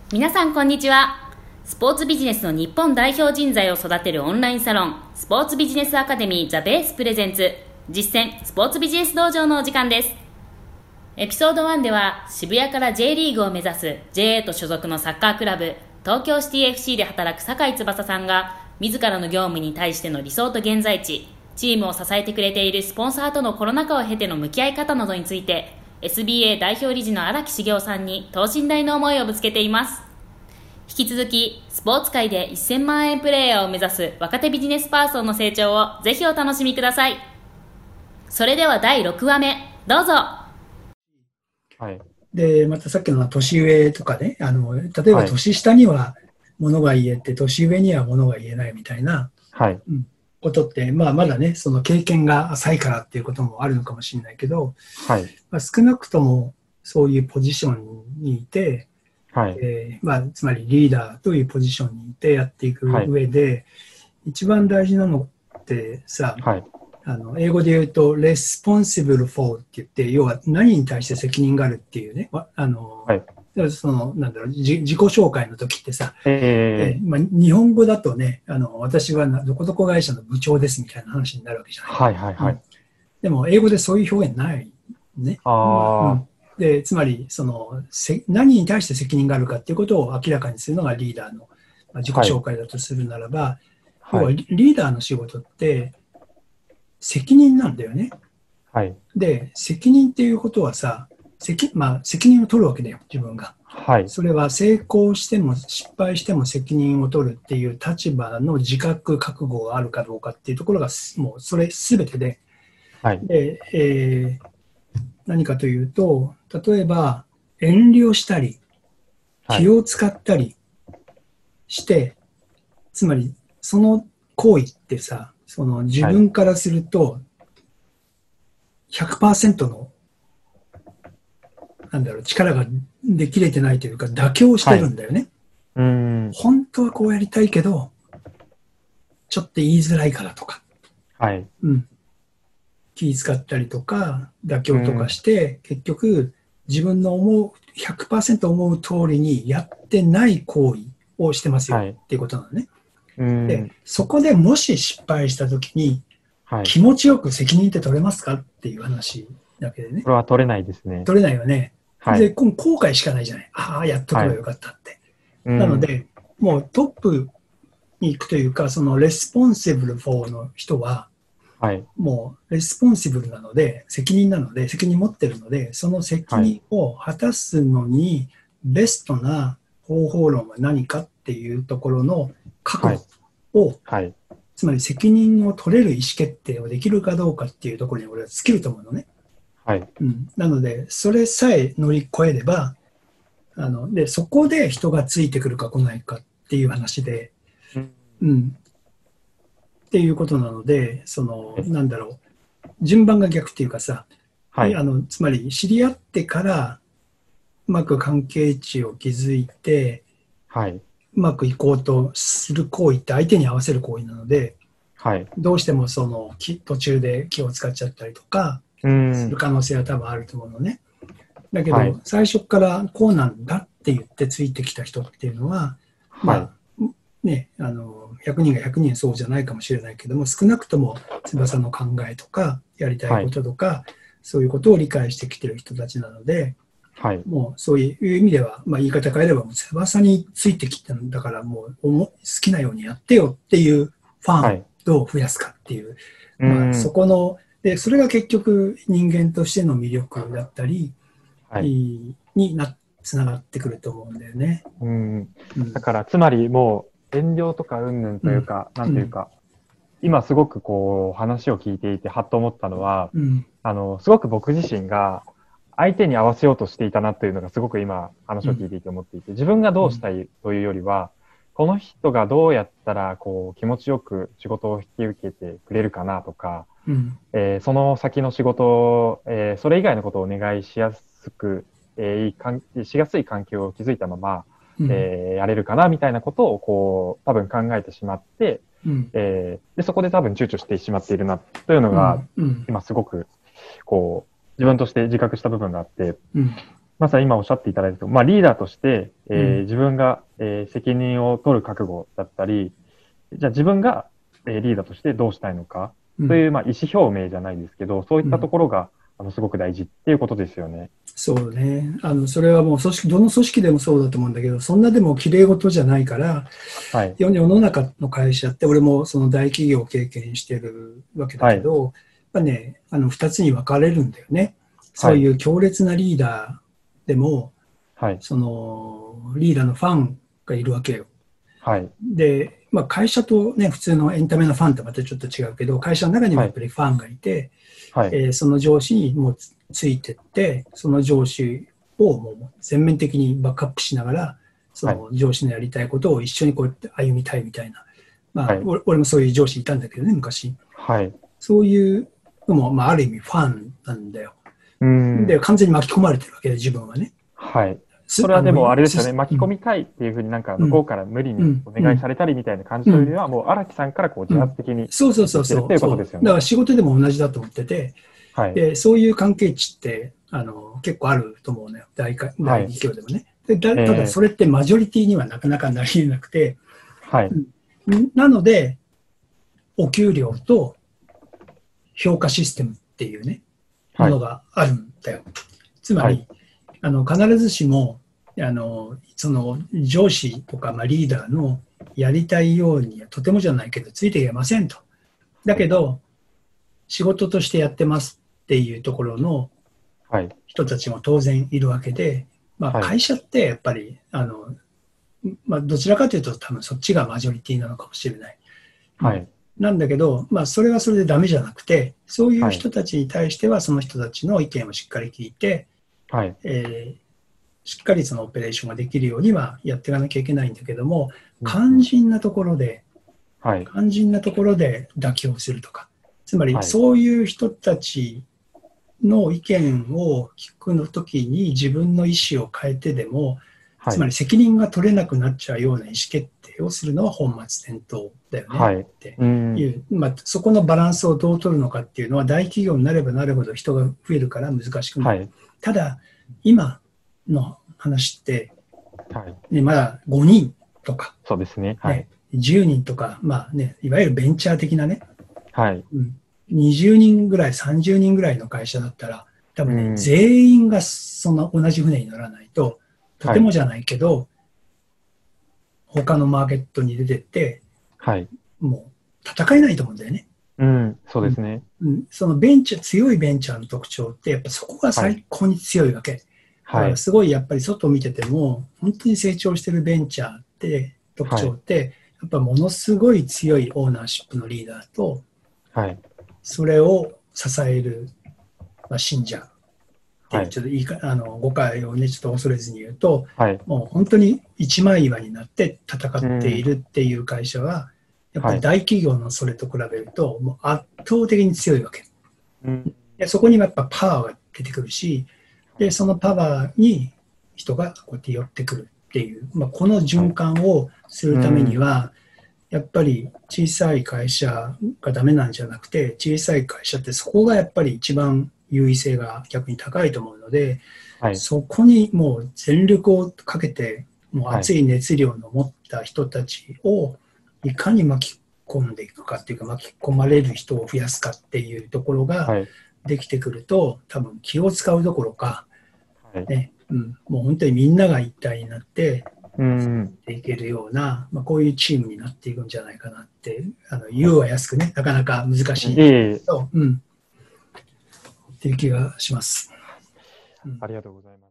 皆さんこんにちは。スポーツビジネスの日本代表人材を育てるオンラインサロン、スポーツビジネスアカデミーザベースプレゼンツ実践スポーツビジネス道場のお時間です。エピソード1では渋谷から J リーグを目指す JA と所属のサッカークラブ東京シティ FC で働く酒井翼さんが自らの業務に対しての理想と現在地、チームを支えてくれているスポンサーとのコロナ禍を経ての向き合い方などについて SBA 代表理事の荒木茂雄さんに等身大の思いをぶつけています。引き続きスポーツ界で1000万円プレイヤーを目指す若手ビジネスパーソンの成長をぜひお楽しみください。それでは第6話目どうぞ。 はい、 でまたさっきの年上とかね、例えば年下には物が言えて、年上には物が言えないみたいな、ことって、まだねその経験が浅いからっていうこともあるのかもしれないけど、少なくともそういうポジションにいて、つまりリーダーというポジションにいてやっていく上で、一番大事なのってさ、英語で言うと responsible for って言って、要は何に対して責任があるっていうね、その自己紹介の時ってさ、日本語だとね、私はどこどこ会社の部長ですみたいな話になるわけじゃない。でも英語でそういう表現ないね。でつまり何に対して責任があるかっていうことを明らかにするのがリーダーの自己紹介だとするならば、要はリーダーの仕事って責任なんだよね。で責任っていうことはさ、責任を取るわけだよ、自分が。それは成功しても失敗しても責任を取るっていう立場の自覚覚悟があるかどうかっていうところがもうそれ全てで、何かというと、例えば遠慮したり気を使ったりして、つまりその行為ってさ、その自分からすると 100% の力ができれてないというか妥協してるんだよね。本当はこうやりたいけどちょっと言いづらいからとか、気使ったりとか妥協とかして、結局自分の100% 思う通りにやってない行為をしてますよっていうことなのね。でそこでもし失敗したときに、気持ちよく責任って取れますかっていう話だけでね。 これは取れないですね。 取れないよね。で後悔しかないじゃない。やっとけばよかったって。なのでもうトップに行くというか、そのレスポンシブルフォーの人は、もうレスポンシブルなので、責任持ってるので、その責任を果たすのにベストな方法論は何かっていうところの覚悟を、つまり責任を取れる意思決定をできるかどうかっていうところに俺は尽きると思うのね。なのでそれさえ乗り越えれば、でそこで人がついてくるか来ないかっていう話で、っていうことなので、順番が逆っていうかさ、つまり知り合ってからうまく関係値を築いて、うまくいこうとする行為って相手に合わせる行為なので、どうしても途中で気を使っちゃったりとかする可能性は多分あると思うのね。だけど、最初からこうなんだって言ってついてきた人っていうのは、100人が100人そうじゃないかもしれないけども、少なくとも翼の考えとかやりたいこととか、そういうことを理解してきてる人たちなので、もうそういう意味では、言い方変えれば翼についてきたんだから、もう好きなようにやってよっていうファンをどう増やすかっていう、そこので、それが結局人間としての魅力だったり、につながってくると思うんだよね。 だからつまりもう遠慮とか云々というか、なんていうか、今すごくこう話を聞いていてはっと思ったのは、すごく僕自身が相手に合わせようとしていたなというのがすごく今話を聞いていて思っていて、自分がどうしたいというよりは、この人がどうやったらこう気持ちよく仕事を引き受けてくれるかなとか、その先の仕事、それ以外のことをお願いしやすい環境を築いたまま、やれるかなみたいなことをこう多分考えてしまって、でそこで多分躊躇してしまっているなというのが、今すごくこう自分として自覚した部分があって、 まさに今おっしゃっていただいたと、リーダーとして、自分が、責任を取る覚悟だったり、じゃあ自分が、リーダーとしてどうしたいのか、という、意思表明じゃないですけど、そういったところが、すごく大事っていうことですよね。 そうね。それはもうどの組織でもそうだと思うんだけど、そんなでも綺麗事じゃないから、はい、世の中の会社って、俺もその大企業を経験してるわけだけど、やっぱね、二つに分かれるんだよね。そういう強烈なリーダーでも、はい、そのリーダーのファンがいるわけよ。はい、で、会社とね、普通のエンタメのファンってまたちょっと違うけど、会社の中にもやっぱりファンがいて、はいその上司にもうついてって、その上司をもう全面的にバックアップしながら、その上司のやりたいことを一緒にこうやって歩みたいみたいな。俺もそういう上司いたんだけどね、昔。はい、そういうのも、ある意味ファンなんだよ。で、完全に巻き込まれてるわけで、自分はね。 はい。それはでもあれですよね、巻き込みたいっていうふうになんか向こうから無理にお願いされたりみたいな感じというよりは、もう荒木さんからこう自発的にそうっていうことですよね。だから仕事でも同じだと思ってて、はい、でそういう関係値って結構あると思うのよ、大企業でもね。でただそれってマジョリティにはなかなかなり得なくて、はい、なので、お給料と評価システムっていうね、ものがあるんだよ。つまり、必ずしもその上司とか、リーダーのやりたいようにはとてもじゃないけどついていけませんと。だけど仕事としてやってますっていうところの人たちも当然いるわけで、会社ってやっぱりどちらかというと多分そっちがマジョリティなのかもしれない。はい、なんだけど、それはそれでダメじゃなくて、そういう人たちに対してはその人たちの意見をしっかり聞いて、はいしっかりそのオペレーションができるようにはやっていかなきゃいけないんだけども、肝心なところで妥協するとか、つまりそういう人たちの意見を聞くのときに自分の意思を変えてでも、つまり責任が取れなくなっちゃうような意思決定をするのは本末転倒だよねっていう、そこのバランスをどう取るのかっていうのは大企業になればなるほど人が増えるから難しくなる。ただ今の話って、まだ5人とか、 そうですね。はい。 10人とか、いわゆるベンチャー的なね、はい。20人ぐらい、30人ぐらいの会社だったら、多分ね、全員がその同じ船に乗らないと、とてもじゃないけど、他のマーケットに出てって、もう戦えないと思うんだよね。 そうですね。 その強いベンチャーの特徴って、やっぱそこが最高に強いわけ。すごいやっぱり外を見てても本当に成長してるベンチャーって特徴って、やっぱものすごい強いオーナーシップのリーダーと、それを支える、信者っていう、ちょっと誤解をねちょっと恐れずに言うと、もう本当に一枚岩になって戦っているっていう会社は、やっぱり大企業のそれと比べるともう圧倒的に強いわけ。でそこにはやっぱパワーが出てくるし、でそのパワーに人がこうやって寄ってくるっていう、この循環をするためには、やっぱり小さい会社がダメなんじゃなくて、小さい会社ってそこがやっぱり一番優位性が逆に高いと思うので、そこにもう全力をかけて、もう熱い熱量の持った人たちをいかに巻き込んでいくかっていうか、巻き込まれる人を増やすかっていうところができてくると、多分気を使うどころか、もう本当にみんなが一体になっていけるような、こういうチームになっていくんじゃないかなって、言うは安くね、なかなか難しいけど、っていう気がします。 ありがとうございます。